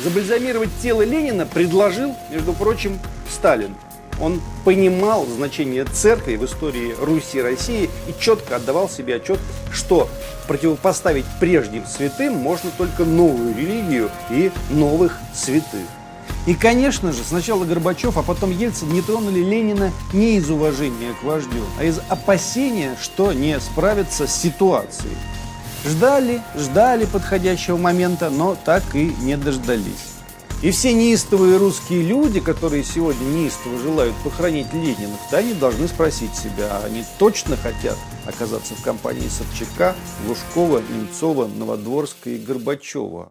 Забальзамировать тело Ленина предложил, между прочим, Сталин. Он понимал значение церкви в истории Руси и России и четко отдавал себе отчет, что противопоставить прежним святым можно только новую религию и новых святых. И, конечно же, сначала Горбачев, а потом Ельцин не тронули Ленина не из уважения к вождю, а из опасения, что не справятся с ситуацией. Ждали подходящего момента, но так и не дождались. И все неистовые русские люди, которые сегодня неистово желают похоронить Ленина, они должны спросить себя, они точно хотят оказаться в компании Собчака, Лужкова, Немцова, Новодворска и Горбачева.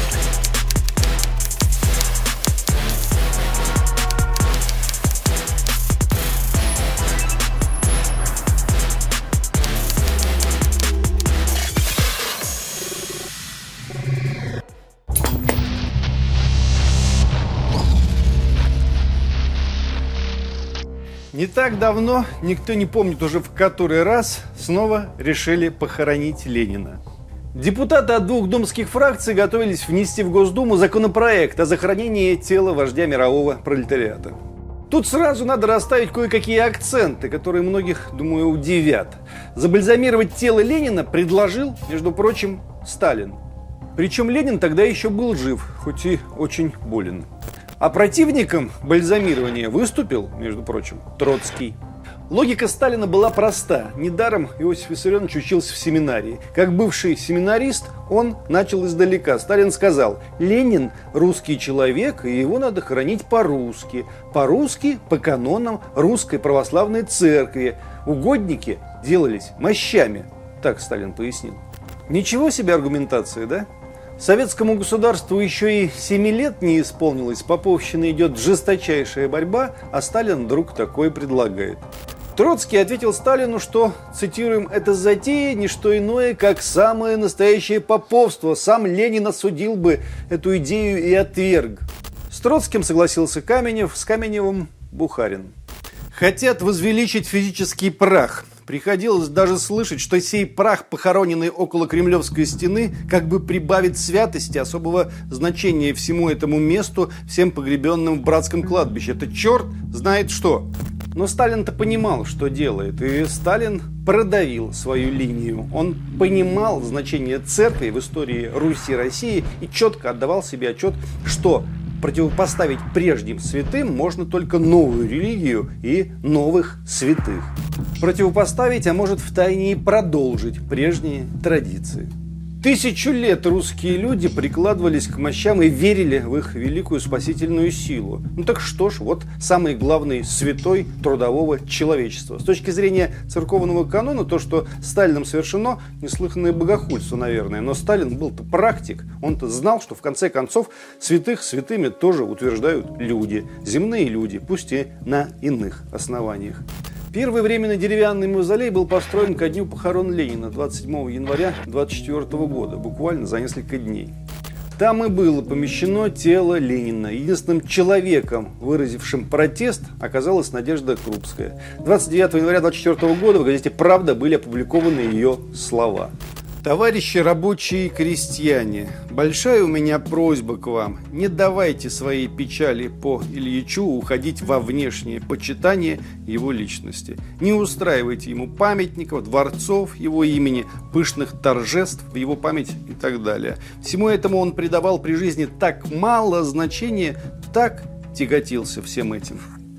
Не так давно, никто не помнит уже в который раз, снова решили похоронить Ленина. Депутаты от двух думских фракций готовились внести в Госдуму законопроект о захоронении тела вождя мирового пролетариата. Тут сразу надо расставить кое-какие акценты, которые многих, думаю, удивят. Забальзамировать тело Ленина предложил, между прочим, Сталин. Причем Ленин тогда еще был жив, хоть и очень болен. А противником бальзамирования выступил, между прочим, Троцкий. Логика Сталина была проста. Недаром Иосиф Виссарионович учился в семинарии. Как бывший семинарист, он начал издалека. Сталин сказал: Ленин – русский человек, и его надо хоронить по-русски. По-русски, по канонам Русской Православной Церкви. Угодники делались мощами. Так Сталин пояснил. Ничего себе аргументация, да? Советскому государству еще и 7 лет не исполнилось, по поповщине идет жесточайшая борьба, а Сталин вдруг такое предлагает. Троцкий ответил Сталину, что, цитируем, «это затея не что иное, как самое настоящее поповство. Сам Ленин осудил бы эту идею и отверг». С Троцким согласился Каменев, с Каменевым – Бухарин. Хотят возвеличить физический прах. Приходилось даже слышать, что сей прах, похороненный около Кремлевской стены, как бы прибавит святости, особого значения всему этому месту, всем погребенным в братском кладбище. Это черт знает что. Но Сталин-то понимал, что делает, и Сталин продавил свою линию. Он понимал значение церкви в истории Руси и России и четко отдавал себе отчет, что противопоставить прежним святым можно только новую религию и новых святых. Противопоставить, а может втайне и продолжить прежние традиции. 1000 лет русские люди прикладывались к мощам и верили в их великую спасительную силу. Ну так что ж, вот самый главный святой трудового человечества. С точки зрения церковного канона, то, что Сталином совершено, неслыханное богохульство, наверное. Но Сталин был-то практик. Он-то знал, что в конце концов святых святыми тоже утверждают люди. Земные люди, пусть и на иных основаниях. Первый временный деревянный мавзолей был построен ко дню похорон Ленина 27 января 1924 года, буквально за несколько дней. Там и было помещено тело Ленина. Единственным человеком, выразившим протест, оказалась Надежда Крупская. 29 января 1924 года в газете «Правда» были опубликованы ее слова. Товарищи рабочие и крестьяне, большая у меня просьба к вам. Не давайте своей печали по Ильичу уходить во внешнее почитание его личности. Не устраивайте ему памятников, дворцов его имени, пышных торжеств в его память и так далее. Всему этому он придавал при жизни так мало значения, так тяготился всем этим.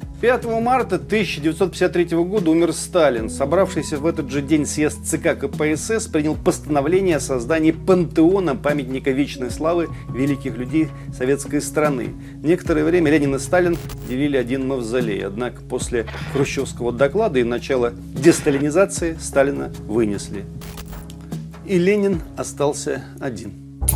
5 марта 1953 года умер Сталин. Собравшийся в этот же день съезд ЦК КПСС принял постановление о создании пантеона, памятника вечной славы великих людей советской страны. Некоторое время Ленин и Сталин делили один мавзолей. Однако после хрущевского доклада и начала десталинизации Сталина вынесли. И Ленин остался один.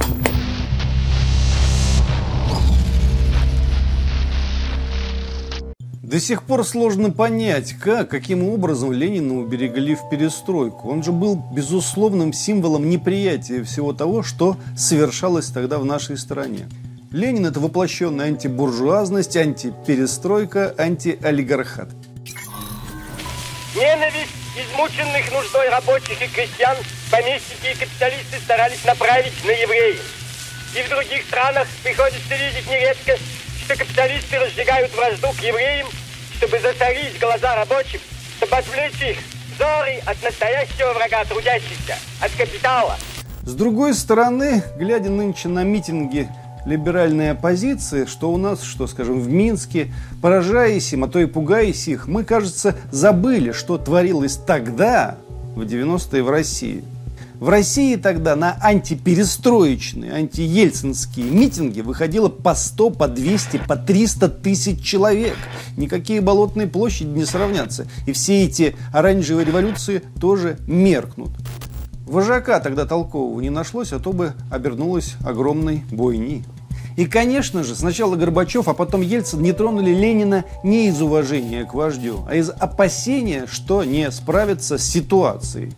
До сих пор сложно понять, каким образом Ленина уберегли в перестройку. Он же был безусловным символом неприятия всего того, что совершалось тогда в нашей стране. Ленин – это воплощенная антибуржуазность, антиперестройка, антиолигархат. Ненависть измученных нуждой рабочих и крестьян помещики и капиталисты старались направить на евреев. И в других странах приходится видеть нередко, что капиталисты разжигают вражду к евреям, чтобы засорить глаза рабочих, чтобы отвлечь их взоры от настоящего врага трудящихся, от капитала. С другой стороны, глядя нынче на митинги либеральной оппозиции, что у нас, что, скажем, в Минске, поражаясь им, а то и пугаясь их, мы, кажется, забыли, что творилось тогда, в 90-е в России. В России тогда на антиперестроечные, антиельцинские митинги выходило по 100, по 200, по 300 тысяч человек. Никакие Болотные площади не сравнятся. И все эти оранжевые революции тоже меркнут. Вожака тогда толкового не нашлось, а то бы обернулось огромной бойней. И, конечно же, сначала Горбачев, а потом Ельцин не тронули Ленина не из уважения к вождю, а из опасения, что не справятся с ситуацией.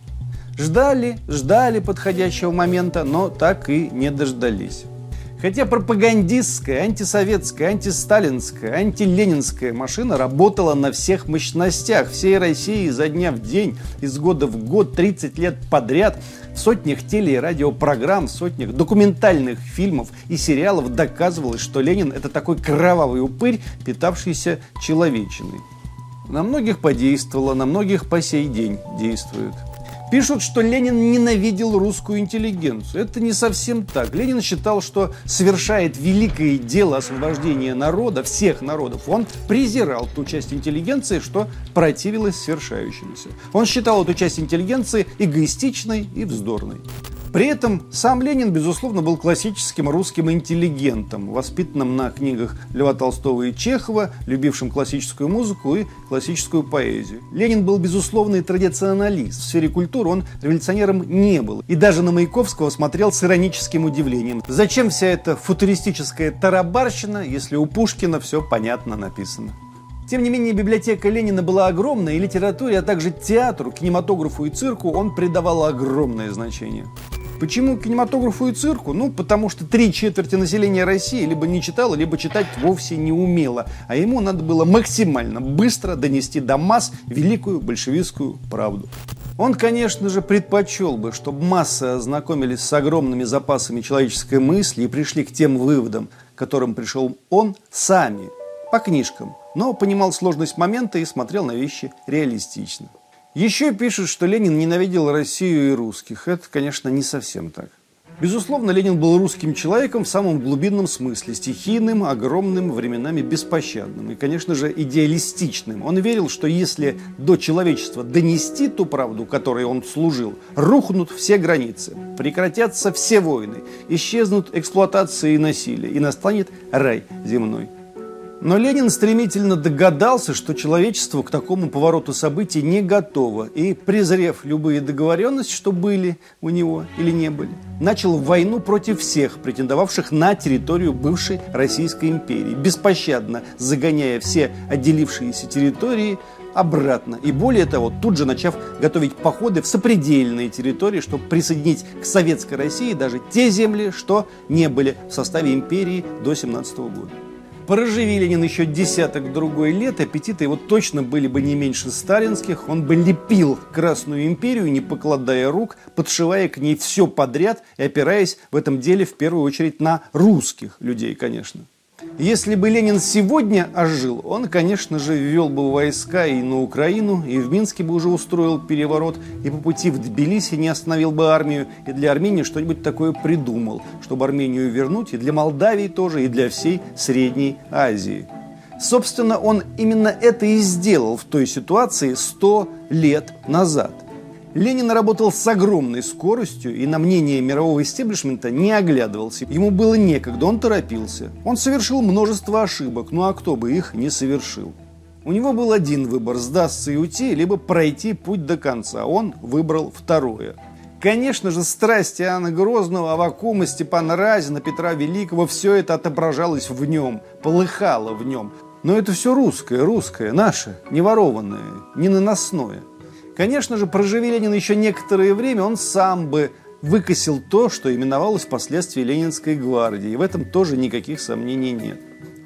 Ждали подходящего момента, но так и не дождались. Хотя пропагандистская, антисоветская, антисталинская, антиленинская машина работала на всех мощностях всей России изо дня в день, из года в год, 30 лет подряд, в сотнях теле- и радиопрограмм, в сотнях документальных фильмов и сериалов доказывалось, что Ленин – это такой кровавый упырь, питавшийся человечиной. На многих подействовало, на многих по сей день действует. Пишут, что Ленин ненавидел русскую интеллигенцию. Это не совсем так. Ленин считал, что совершает великое дело освобождения народа, всех народов. Он презирал ту часть интеллигенции, что противилась свершающемуся. Он считал эту часть интеллигенции эгоистичной и вздорной. При этом сам Ленин, безусловно, был классическим русским интеллигентом, воспитанным на книгах Льва Толстого и Чехова, любившим классическую музыку и классическую поэзию. Ленин был безусловный традиционалист. В сфере культуры он революционером не был. И даже на Маяковского смотрел с ироническим удивлением. Зачем вся эта футуристическая тарабарщина, если у Пушкина все понятно написано? Тем не менее, библиотека Ленина была огромной, и литературе, а также театру, кинематографу и цирку он придавал огромное значение. Почему кинематографу и цирку? Ну, потому что 3/4 населения России либо не читало, либо читать вовсе не умело. А ему надо было максимально быстро донести до масс великую большевистскую правду. Он, конечно же, предпочел бы, чтобы массы ознакомились с огромными запасами человеческой мысли и пришли к тем выводам, к которым пришел он сами, по книжкам. Но понимал сложность момента и смотрел на вещи реалистично. Еще пишут, что Ленин ненавидел Россию и русских. Это, конечно, не совсем так. Безусловно, Ленин был русским человеком в самом глубинном смысле. Стихийным, огромным, временами беспощадным. И, конечно же, идеалистичным. Он верил, что если до человечества донести ту правду, которой он служил, рухнут все границы, прекратятся все войны, исчезнут эксплуатация и насилие, и настанет рай земной. Но Ленин стремительно догадался, что человечество к такому повороту событий не готово, и, презрев любые договоренности, что были у него или не были, начал войну против всех, претендовавших на территорию бывшей Российской империи, беспощадно загоняя все отделившиеся территории обратно. И более того, тут же начав готовить походы в сопредельные территории, чтобы присоединить к Советской России даже те земли, что не были в составе империи до 1917 года. Проживи Ленин еще десяток-другой лет, аппетиты его точно были бы не меньше сталинских. Он бы лепил Красную империю, не покладая рук, подшивая к ней все подряд и опираясь в этом деле в первую очередь на русских людей, конечно. Если бы Ленин сегодня ожил, он, конечно же, ввел бы войска и на Украину, и в Минске бы уже устроил переворот, и по пути в Тбилиси не остановил бы армию, и для Армении что-нибудь такое придумал, чтобы Армению вернуть, и для Молдавии тоже, и для всей Средней Азии. Собственно, он именно это и сделал в той ситуации 100 лет назад. Ленин работал с огромной скоростью и на мнение мирового истеблишмента не оглядывался. Ему было некогда, он торопился. Он совершил множество ошибок, ну а кто бы их не совершил? У него был один выбор – сдастся и уйти, либо пройти путь до конца. Он выбрал второе. Конечно же, страсти Иоанна Грозного, Аввакума, Степана Разина, Петра Великого – все это отображалось в нем, полыхало в нем. Но это все русское, наше, не ворованное, не наносное. Конечно же, проживи Ленин еще некоторое время, он сам бы выкосил то, что именовалось впоследствии Ленинской гвардией. И в этом тоже никаких сомнений нет.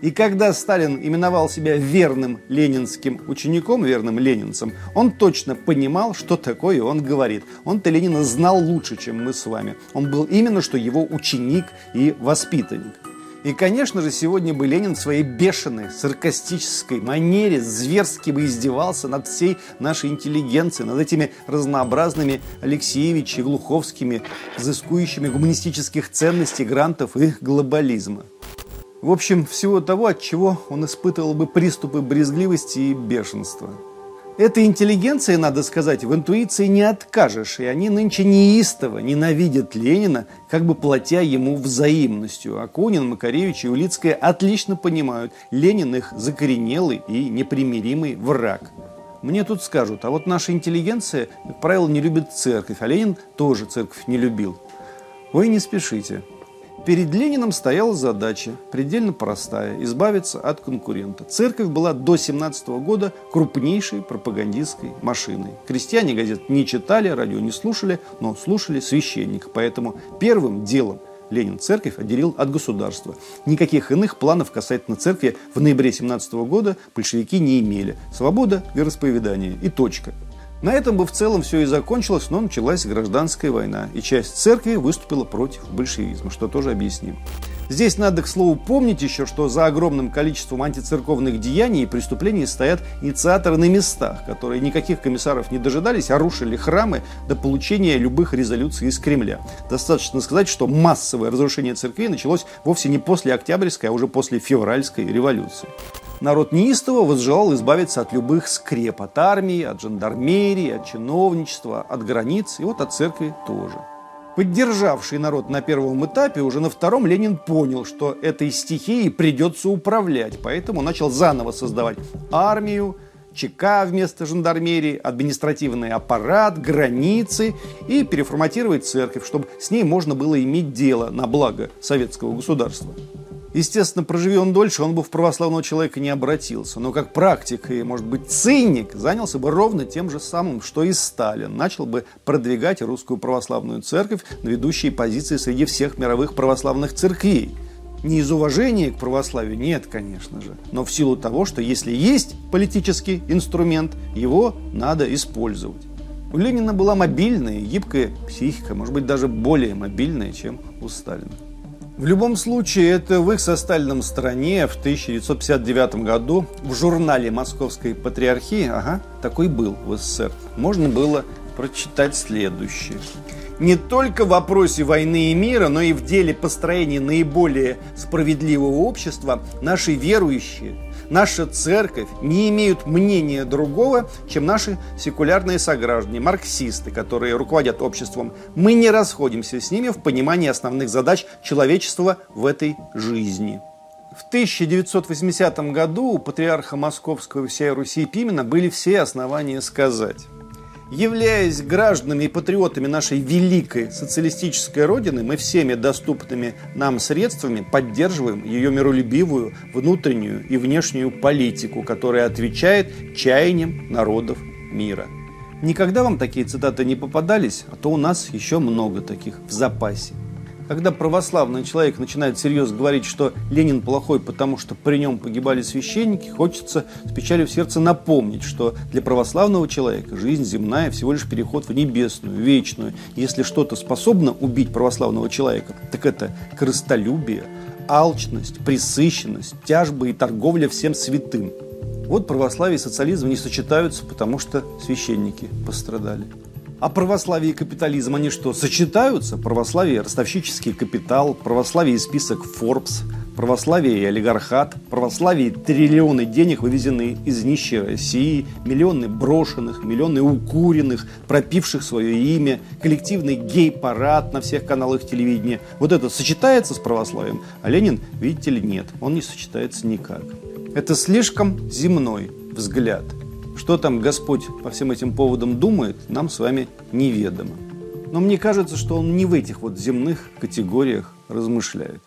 И когда Сталин именовал себя верным ленинским учеником, верным ленинцем, он точно понимал, что такое он говорит. Он-то Ленина знал лучше, чем мы с вами. Он был именно что его ученик и воспитанник. И, конечно же, сегодня бы Ленин в своей бешеной, саркастической манере зверски бы издевался над всей нашей интеллигенцией, над этими разнообразными Алексеевичами, Глуховскими, взыскующими гуманистических ценностей, грантов и глобализма. В общем, всего того, от чего он испытывал бы приступы брезгливости и бешенства. Этой интеллигенции, надо сказать, в интуиции не откажешь, и они нынче неистово ненавидят Ленина, как бы платя ему взаимностью. Акунин, Макаревич и Улицкая отлично понимают, Ленин их закоренелый и непримиримый враг. Мне тут скажут, а вот наша интеллигенция, как правило, не любит церковь, а Ленин тоже церковь не любил. Ой, не спешите. Перед Лениным стояла задача, предельно простая – избавиться от конкурента. Церковь была до 1917 года крупнейшей пропагандистской машиной. Крестьяне газет не читали, радио не слушали, но слушали священника. Поэтому первым делом Ленин церковь отделил от государства. Никаких иных планов касательно церкви в ноябре 1917 года большевики не имели. Свобода вероисповедания и точка. На этом бы в целом все и закончилось, но началась гражданская война, и часть церкви выступила против большевизма, что тоже объясним. Здесь надо, к слову, помнить еще, что за огромным количеством антицерковных деяний и преступлений стоят инициаторы на местах, которые никаких комиссаров не дожидались, а рушили храмы до получения любых резолюций из Кремля. Достаточно сказать, что массовое разрушение церквей началось вовсе не после Октябрьской, а уже после Февральской революции. Народ неистово возжелал избавиться от любых скреп, от армии, от жандармерии, от чиновничества, от границ и вот от церкви тоже. Поддержавший народ на первом этапе, уже на втором Ленин понял, что этой стихией придется управлять, поэтому начал заново создавать армию, ЧК вместо жандармерии, административный аппарат, границы и переформатировать церковь, чтобы с ней можно было иметь дело на благо советского государства. Естественно, проживи он дольше, он бы в православного человека не обратился. Но как практик и, может быть, циник, занялся бы ровно тем же самым, что и Сталин. Начал бы продвигать русскую православную церковь на ведущие позиции среди всех мировых православных церквей. Не из уважения к православию, нет, конечно же, но в силу того, что если есть политический инструмент, его надо использовать. У Ленина была мобильная, гибкая психика, может быть, даже более мобильная, чем у Сталина. В любом случае, это в их со Сталином стране в 1959 году в журнале Московской Патриархии, такой был в СССР, можно было прочитать следующее. Не только в вопросе войны и мира, но и в деле построения наиболее справедливого общества наши верующие, наша церковь не имеют мнения другого, чем наши секулярные сограждане, марксисты, которые руководят обществом. Мы не расходимся с ними в понимании основных задач человечества в этой жизни. В 1980 году у патриарха Московского и всей Руси Пимена были все основания сказать: являясь гражданами и патриотами нашей великой социалистической родины, мы всеми доступными нам средствами поддерживаем ее миролюбивую внутреннюю и внешнюю политику, которая отвечает чаяниям народов мира. Никогда вам такие цитаты не попадались, а то у нас еще много таких в запасе. Когда православный человек начинает серьезно говорить, что Ленин плохой, потому что при нем погибали священники, хочется с печалью в сердце напомнить, что для православного человека жизнь земная всего лишь переход в небесную, вечную. Если что-то способно убить православного человека, так это корыстолюбие, алчность, пресыщенность, тяжба и торговля всем святым. Вот православие и социализм не сочетаются, потому что священники пострадали. А православие и капитализм, они что, сочетаются? Православие – ростовщический капитал, православие – список Forbes, православие и олигархат, православие – триллионы денег, вывезенные из нищей России, миллионы брошенных, миллионы укуренных, пропивших свое имя, коллективный гей-парад на всех каналах телевидения. Вот это сочетается с православием, а Ленин, видите ли, нет, он не сочетается никак. Это слишком земной взгляд. Что там Господь по всем этим поводам думает, нам с вами неведомо. Но мне кажется, что он не в этих вот земных категориях размышляет.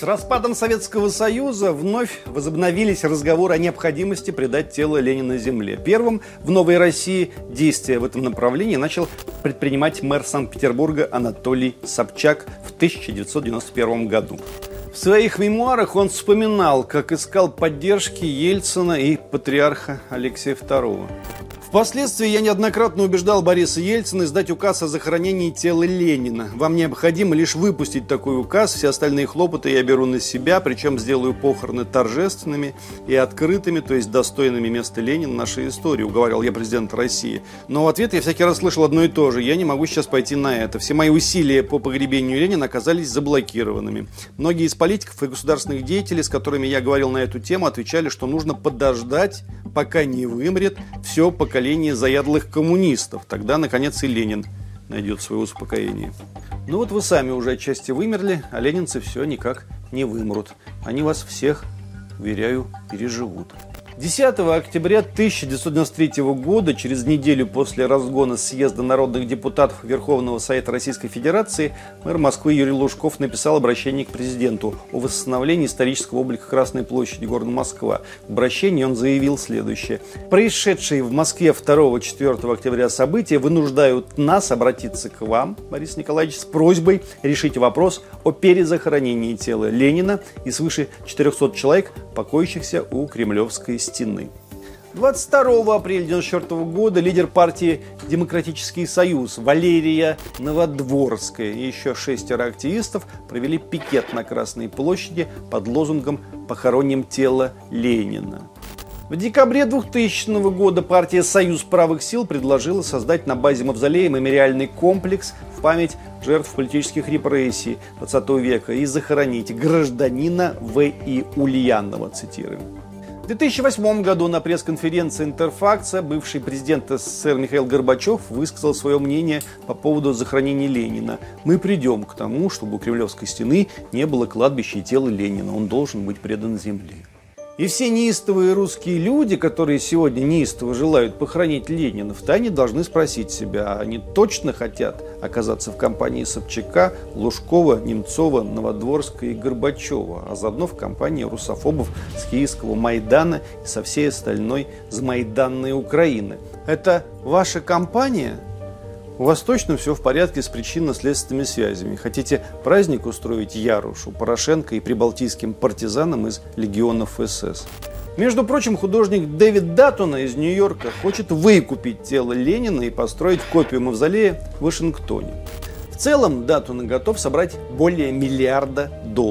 С распадом Советского Союза вновь возобновились разговоры о необходимости предать тело Ленина земле. Первым в Новой России действия в этом направлении начал предпринимать мэр Санкт-Петербурга Анатолий Собчак в 1991 году. В своих мемуарах он вспоминал, как искал поддержки Ельцина и патриарха Алексея II. Впоследствии я неоднократно убеждал Бориса Ельцина издать указ о захоронении тела Ленина. Вам необходимо лишь выпустить такой указ, все остальные хлопоты я беру на себя, причем сделаю похороны торжественными и открытыми, то есть достойными места Ленина в нашей истории, уговаривал я президента России. Но в ответ я всякий раз слышал одно и то же: я не могу сейчас пойти на это. Все мои усилия по погребению Ленина оказались заблокированными. Многие из политиков и государственных деятелей, с которыми я говорил на эту тему, отвечали, что нужно подождать, пока не вымрет все поколение заядлых коммунистов. Тогда, наконец, и Ленин найдет свое успокоение. Ну вот вы сами уже отчасти вымерли, а ленинцы все никак не вымрут. Они вас всех, уверяю, переживут. 10 октября 1993 года, через неделю после разгона съезда народных депутатов Верховного Совета Российской Федерации, мэр Москвы Юрий Лужков написал обращение к президенту о восстановлении исторического облика Красной площади города Москва. В обращении он заявил следующее: «Происшедшие в Москве 2-4 октября события вынуждают нас обратиться к вам, Борис Николаевич, с просьбой решить вопрос о перезахоронении тела Ленина и свыше 400 человек, покоящихся у Кремлевской стены». 22 апреля 1994 года лидер партии «Демократический союз» Валерия Новодворская и еще 6 активистов провели пикет на Красной площади под лозунгом «Похороним тело Ленина». В декабре 2000 года партия «Союз правых сил» предложила создать на базе мавзолея мемориальный комплекс в память жертв политических репрессий 20 века и захоронить гражданина В.И. Ульянова, цитируем. В 2008 году на пресс-конференции «Интерфакция» бывший президент СССР Михаил Горбачев высказал свое мнение по поводу захоронения Ленина. «Мы придем к тому, чтобы у Кремлевской стены не было кладбища и тела Ленина. Он должен быть предан земле». И все неистовые русские люди, которые сегодня неистово желают похоронить Ленина, втайне должны спросить себя, они точно хотят оказаться в компании Собчака, Лужкова, Немцова, Новодворска и Горбачева, а заодно в компании русофобов с Киевского Майдана и со всей остальной замайданной Украины. Это ваша компания? У вас точно все в порядке с причинно-следственными связями. Хотите праздник устроить Ярушу, Порошенко и прибалтийским партизанам из легионов СС. Между прочим, художник Дэвид Даттона из Нью-Йорка хочет выкупить тело Ленина и построить копию мавзолея в Вашингтоне. В целом, Даттон готов собрать более $1 миллиарда.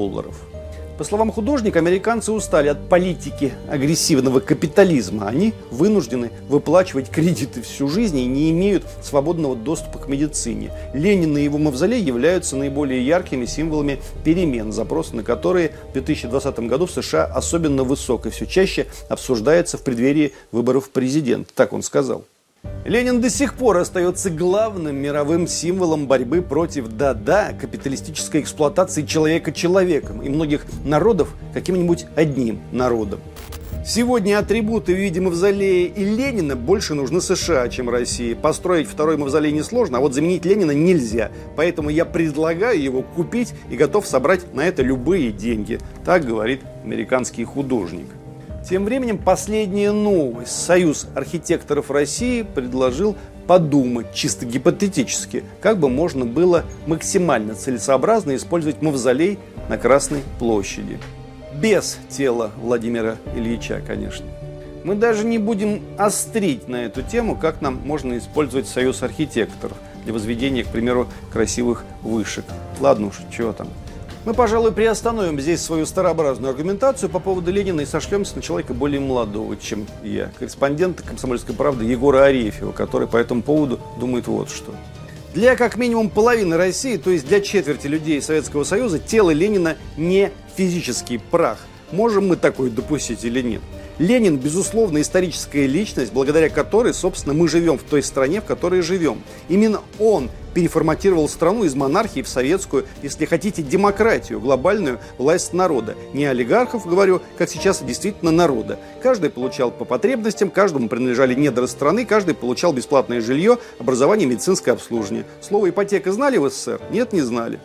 По словам художника, американцы устали от политики агрессивного капитализма. Они вынуждены выплачивать кредиты всю жизнь и не имеют свободного доступа к медицине. Ленин и его мавзолей являются наиболее яркими символами перемен, запрос на которые в 2020 году в США особенно высок и все чаще обсуждается в преддверии выборов президента. Так он сказал. Ленин до сих пор остается главным мировым символом борьбы против, капиталистической эксплуатации человека человеком и многих народов каким-нибудь одним народом. Сегодня атрибуты в виде мавзолея и Ленина больше нужны США, чем России. Построить второй мавзолей несложно, а вот заменить Ленина нельзя. Поэтому я предлагаю его купить и готов собрать на это любые деньги. Так говорит американский художник. Тем временем последняя новость. Союз архитекторов России предложил подумать, чисто гипотетически, как бы можно было максимально целесообразно использовать мавзолей на Красной площади. Без тела Владимира Ильича, конечно. Мы даже не будем острить на эту тему, как нам можно использовать союз архитекторов для возведения, к примеру, красивых вышек. Ладно уж, чего там. Мы, пожалуй, приостановим здесь свою старообразную аргументацию по поводу Ленина и сошлемся на человека более молодого, чем я, корреспондента «Комсомольской правды» Егора Арефьева, который по этому поводу думает вот что. Для как минимум половины России, то есть для четверти людей Советского Союза, тело Ленина не физический прах. Можем мы такое допустить или нет? Ленин, безусловно, историческая личность, благодаря которой, собственно, мы живем в той стране, в которой живем. Именно он переформатировал страну из монархии в советскую, если хотите, демократию, глобальную власть народа. Не олигархов, говорю, как сейчас, а действительно народа. Каждый получал по потребностям, каждому принадлежали недра страны, каждый получал бесплатное жилье, образование, медицинское обслуживание. Слово ипотека знали в СССР? Нет, не знали.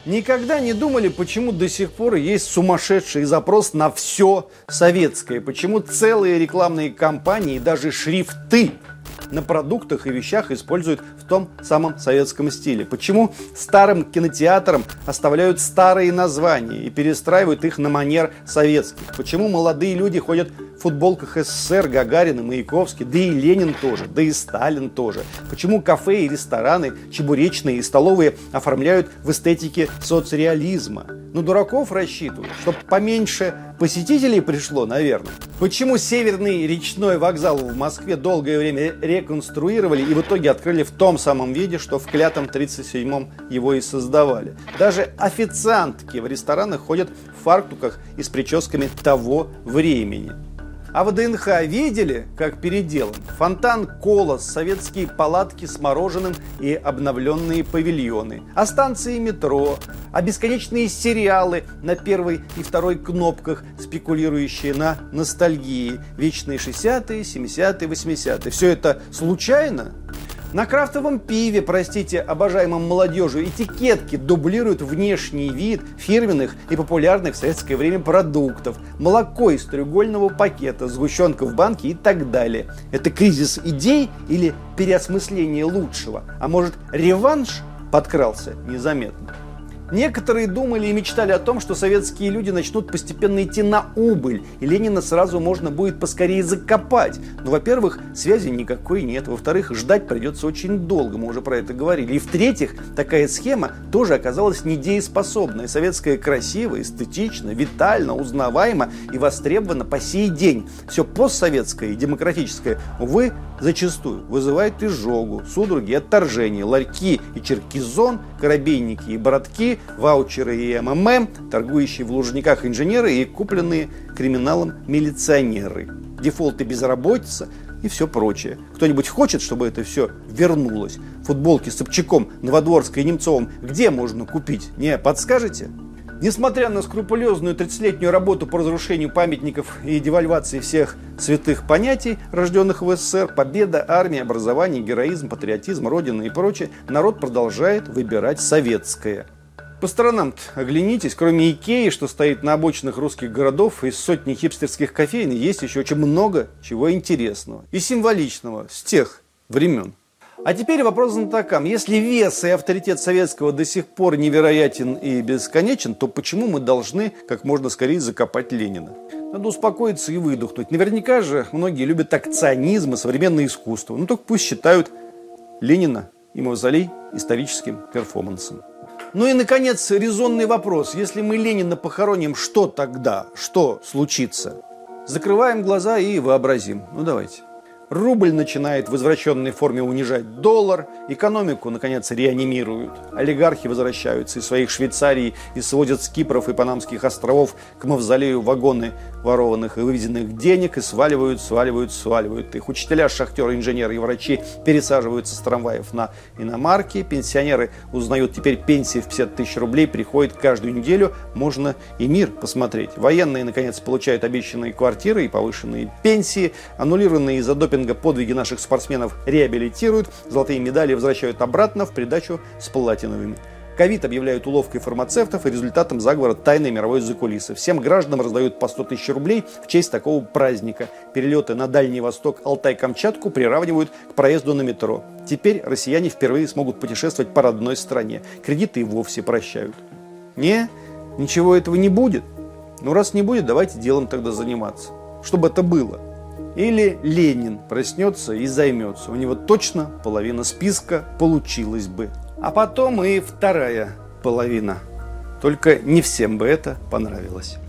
Никогда не думали, почему до сих пор есть сумасшедший запрос на все советское? Почему целые рекламные кампании и даже шрифты на продуктах и вещах используют в том самом советском стиле? Почему старым кинотеатрам оставляют старые названия и перестраивают их на манер советских? Почему молодые люди ходят в футболках СССР, Гагарин и Маяковский, да и Ленин тоже, да и Сталин тоже? Почему кафе и рестораны, чебуречные и столовые оформляют в эстетике соцреализма? Ну, дураков рассчитывают, чтобы поменьше посетителей пришло, наверное. Почему Северный речной вокзал в Москве долгое время реконструировали и в итоге открыли в том самом виде, что в клятом 37-м его и создавали? Даже официантки в ресторанах ходят в фартуках и с прическами того времени. А в ДНХ видели, как переделан? Фонтан Колос, советские палатки с мороженым и обновленные павильоны. А станции метро, а бесконечные сериалы на первой и второй кнопках, спекулирующие на ностальгии. Вечные 60-е, 70-е, 80-е. Все это случайно? На крафтовом пиве, простите, обожаемом молодежью, этикетки дублируют внешний вид фирменных и популярных в советское время продуктов. Молоко из треугольного пакета, сгущенка в банке и так далее. Это кризис идей или переосмысление лучшего? А может, реванш подкрался незаметно? Некоторые думали и мечтали о том, что советские люди начнут постепенно идти на убыль, и Ленина сразу можно будет поскорее закопать. Но, во-первых, связи никакой нет. Во-вторых, ждать придется очень долго, мы уже про это говорили. И в-третьих, такая схема тоже оказалась недееспособной. Советская красиво, эстетично, витально, узнаваемо и востребована по сей день. Все постсоветское и демократическое, увы, зачастую вызывает изжогу, судороги и отторжение. Ларьки и черкизон, коробейники и бородки, ваучеры и МММ, торгующие в Лужниках инженеры и купленные криминалом милиционеры, дефолт и безработица и все прочее. Кто-нибудь хочет, чтобы это все вернулось? Футболки с Собчаком, Новодворской и Немцовым где можно купить? Не подскажете? Несмотря на скрупулезную 30-летнюю работу по разрушению памятников и девальвации всех святых понятий, рожденных в СССР, победа, армия, образование, героизм, патриотизм, родина и прочее, народ продолжает выбирать советское. По сторонам оглянитесь, кроме Икеи, что стоит на обочинах русских городов, и сотни хипстерских кофеин, есть еще очень много чего интересного и символичного с тех времен. А теперь вопрос знатокам. Если вес и авторитет советского до сих пор невероятен и бесконечен, то почему мы должны как можно скорее закопать Ленина? Надо успокоиться и выдохнуть. Наверняка же многие любят акционизм и современное искусство. Ну, только пусть считают Ленина и мавзолей историческим перформансом. Ну и, наконец, резонный вопрос. Если мы Ленина похороним, что тогда? Что случится? Закрываем глаза и вообразим. Ну, давайте. Рубль начинает в извращенной форме унижать доллар, экономику, наконец, реанимируют. Олигархи возвращаются из своих Швейцарий и сводят с Кипров и Панамских островов к мавзолею вагоны ворованных и вывезенных денег и сваливают их. Учителя, шахтеры, инженеры и врачи пересаживаются с трамваев на иномарки. Пенсионеры узнают теперь пенсии в 50 тысяч рублей, приходят каждую неделю, можно и мир посмотреть. Военные, наконец, получают обещанные квартиры и повышенные пенсии, аннулированные из-за допинга подвиги наших спортсменов реабилитируют, золотые медали возвращают обратно в придачу с платиновыми. Ковид объявляют уловкой фармацевтов и результатом заговора тайной мировой закулисы. Всем гражданам раздают по 100 тысяч рублей в честь такого праздника. Перелеты на Дальний Восток, Алтай-Камчатку приравнивают к проезду на метро. Теперь россияне впервые смогут путешествовать по родной стране. Кредиты и вовсе прощают. Ничего этого не будет. Ну, раз не будет, давайте делом тогда заниматься. Чтобы это было. Или Ленин проснется и займется. У него точно половина списка получилась бы. А потом и вторая половина. Только не всем бы это понравилось.